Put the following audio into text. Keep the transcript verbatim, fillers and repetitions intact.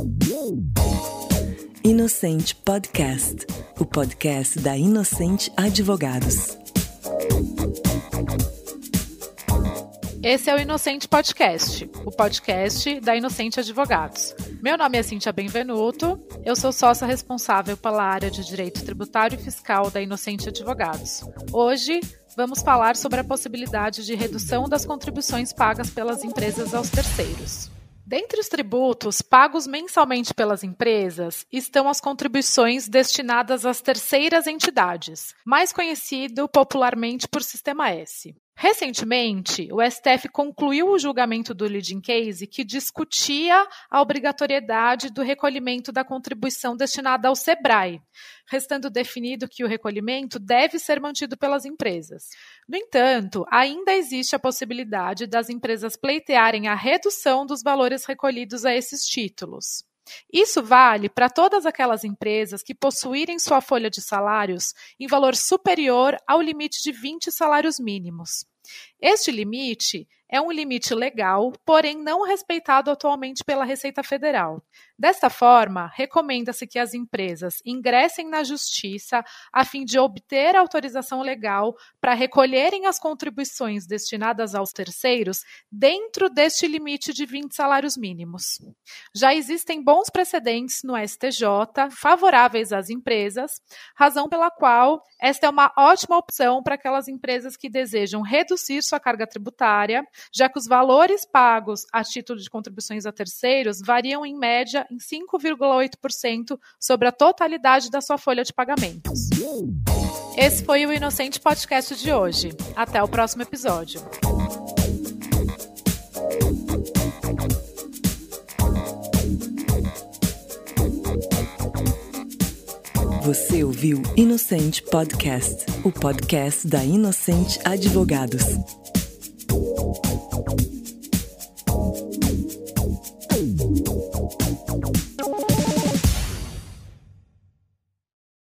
Inocente Podcast, o podcast da Inocente Advogados. Esse é o Inocente Podcast, o podcast da Inocente Advogados. Meu nome é Cíntia Benvenuto, eu sou sócia responsável pela área de Direito Tributário e Fiscal da Inocente Advogados. Hoje, vamos falar sobre a possibilidade de redução das contribuições pagas pelas empresas aos terceiros. Dentre os tributos pagos mensalmente pelas empresas estão as contribuições destinadas às terceiras entidades, mais conhecido popularmente por Sistema S. Recentemente, o S T F concluiu o julgamento do leading case que discutia a obrigatoriedade do recolhimento da contribuição destinada ao SEBRAE, restando definido que o recolhimento deve ser mantido pelas empresas. No entanto, ainda existe a possibilidade das empresas pleitearem a redução dos valores recolhidos a esses títulos. Isso vale para todas aquelas empresas que possuírem sua folha de salários em valor superior ao limite de vinte salários mínimos. Este limite é um limite legal, porém não respeitado atualmente pela Receita Federal. Desta forma, recomenda-se que as empresas ingressem na Justiça a fim de obter autorização legal para recolherem as contribuições destinadas aos terceiros dentro deste limite de vinte salários mínimos. Já existem bons precedentes no S T J favoráveis às empresas, razão pela qual esta é uma ótima opção para aquelas empresas que desejam reduzir sua carga tributária, já que os valores pagos a título de contribuições a terceiros variam em média em cinco vírgula oito por cento sobre a totalidade da sua folha de pagamentos. Esse foi o Inocente Podcast de hoje. Até o próximo episódio. Você ouviu Inocente Podcast, o podcast da Inocente Advogados.